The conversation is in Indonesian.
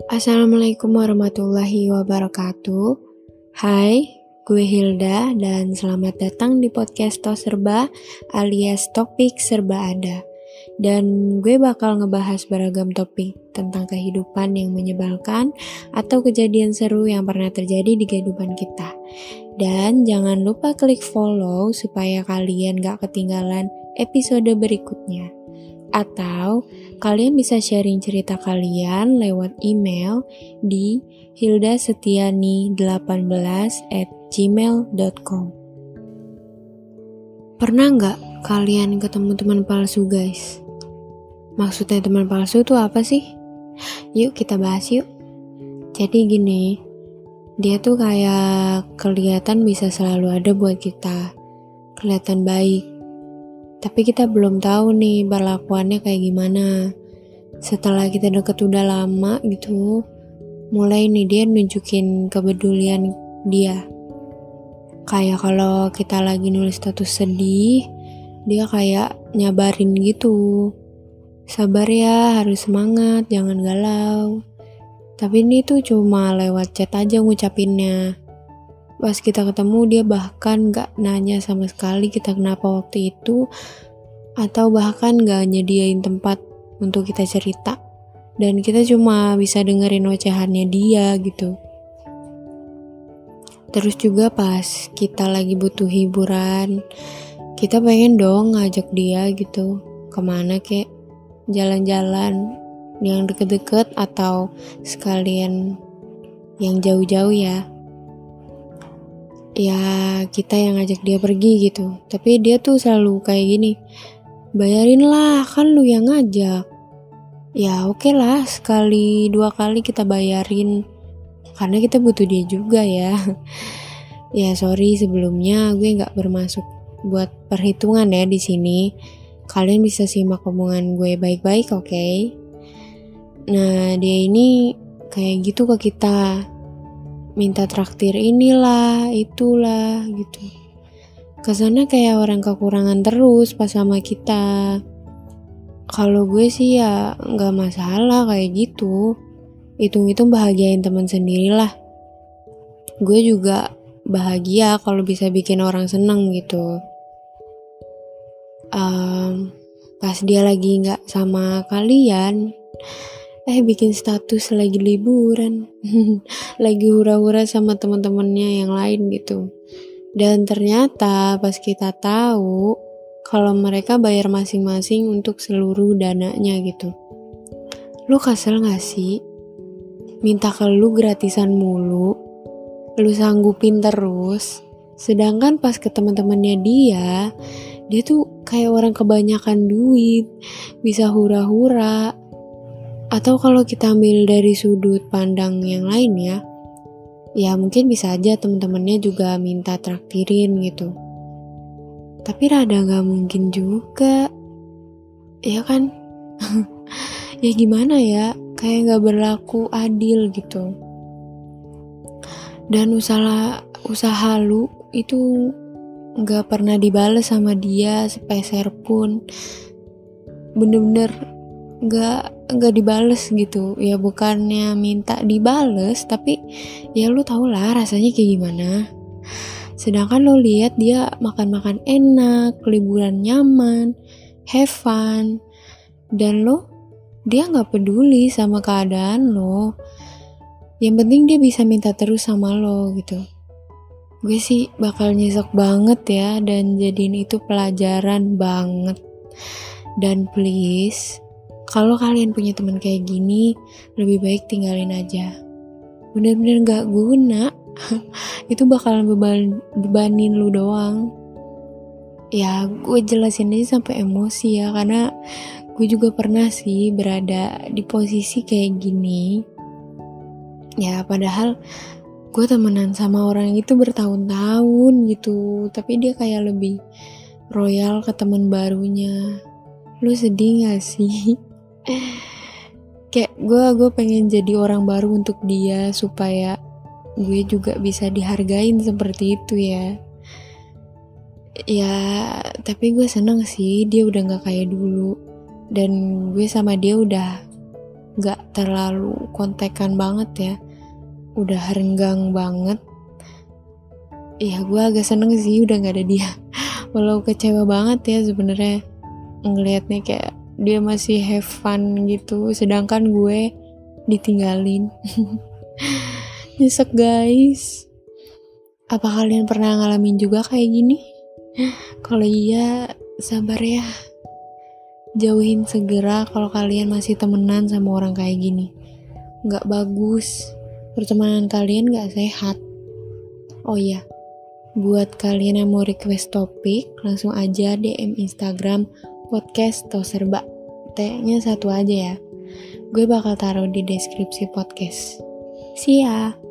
Assalamualaikum warahmatullahi wabarakatuh. Hai, gue Hilda dan selamat datang di podcast Tos Serba alias Topik Serba Ada. Dan gue bakal ngebahas beragam topik tentang kehidupan yang menyebalkan atau kejadian seru yang pernah terjadi di kehidupan kita. Dan jangan lupa klik follow supaya kalian gak ketinggalan episode berikutnya. Atau kalian bisa sharing cerita kalian lewat email di hildasetiani18@gmail.com. Pernah nggak kalian ketemu teman palsu, guys? Maksudnya teman palsu tuh apa sih? Yuk kita bahas yuk. Jadi gini, dia tuh kayak kelihatan bisa selalu ada buat kita, kelihatan baik. Tapi kita belum tahu nih perlakuannya kayak gimana. Setelah kita deket udah lama gitu, mulai nih dia nunjukin kepedulian dia. Kayak kalau kita lagi nulis status sedih, dia kayak nyabarin gitu. Sabar ya, harus semangat, jangan galau. Tapi ini tuh cuma lewat chat aja ngucapinnya. Pas kita ketemu dia bahkan gak nanya sama sekali kita kenapa waktu itu, atau bahkan gak nyediain tempat untuk kita cerita, dan kita cuma bisa dengerin ocehannya dia gitu. Terus juga pas kita lagi butuh hiburan, kita pengen dong ngajak dia gitu kemana kek, jalan-jalan yang deket-deket atau sekalian yang jauh-jauh ya. Ya kita yang ngajak dia pergi gitu. Tapi dia tuh selalu kayak gini, bayarin lah, kan lu yang ngajak. Ya oke lah, sekali dua kali kita bayarin, karena kita butuh dia juga ya. Ya sorry sebelumnya gue gak bermaksud buat perhitungan ya di sini. Kalian bisa simak omongan gue baik-baik, oke? Nah dia ini kayak gitu ke kita, minta traktir inilah, itulah gitu. Kesana kayak orang kekurangan terus pas sama kita. Kalau gue sih ya gak masalah kayak gitu. Hitung-hitung bahagiain teman sendirilah. Gue juga bahagia kalau bisa bikin orang seneng gitu. Pas dia lagi gak sama kalian, bikin status lagi liburan, lagi hura-hura sama teman-temannya yang lain gitu. Dan ternyata pas kita tahu kalau mereka bayar masing-masing untuk seluruh dananya gitu. Lu kesel gak sih? Minta ke lu gratisan mulu, lu sanggupin terus. Sedangkan pas ke teman-temannya dia tuh kayak orang kebanyakan duit, bisa hura-hura. Atau kalau kita ambil dari sudut pandang yang lain ya mungkin bisa aja temen-temennya juga minta traktirin gitu. Tapi rada gak mungkin juga, ya kan? Ya gimana ya, kayak gak berlaku adil gitu. Dan usaha lu itu gak pernah dibales sama dia sepeser pun. Bener-bener gak dibales gitu. Ya bukannya minta dibales, tapi ya lu tau lah rasanya kayak gimana. Sedangkan lo lihat dia makan-makan enak, liburan nyaman, have fun, dan dia gak peduli sama keadaan lo. Yang penting dia bisa minta terus sama lo gitu. Gue sih bakal nyesek banget ya, dan jadiin itu pelajaran banget. Dan please, kalau kalian punya teman kayak gini, lebih baik tinggalin aja. Bener-bener gak guna. Itu bakalan bebanin lu doang. Ya gue jelasin aja sampai emosi ya, karena gue juga pernah sih berada di posisi kayak gini. Ya padahal gue temenan sama orang itu bertahun-tahun gitu, tapi dia kayak lebih royal ke teman barunya. Lu sedih gak sih? Kayak gue pengen jadi orang baru untuk dia, supaya gue juga bisa dihargain seperti itu ya. Ya tapi gue seneng sih dia udah gak kayak dulu, dan gue sama dia udah gak terlalu kontekan banget ya, udah renggang banget. Ya gue agak seneng sih udah gak ada dia. Walau kecewa banget ya sebenarnya ngelihatnya, kayak dia masih have fun gitu, sedangkan gue ditinggalin. Nyesek guys. Apa kalian pernah ngalamin juga kayak gini? Kalau iya, sabar ya. Jauhin segera kalau kalian masih temenan sama orang kayak gini. Gak bagus. Pertemanan kalian gak sehat. Oh iya, buat kalian yang mau request topik, langsung aja DM Instagram podcast Toserba. T-nya satu aja ya. Gue bakal taruh di deskripsi podcast. See ya!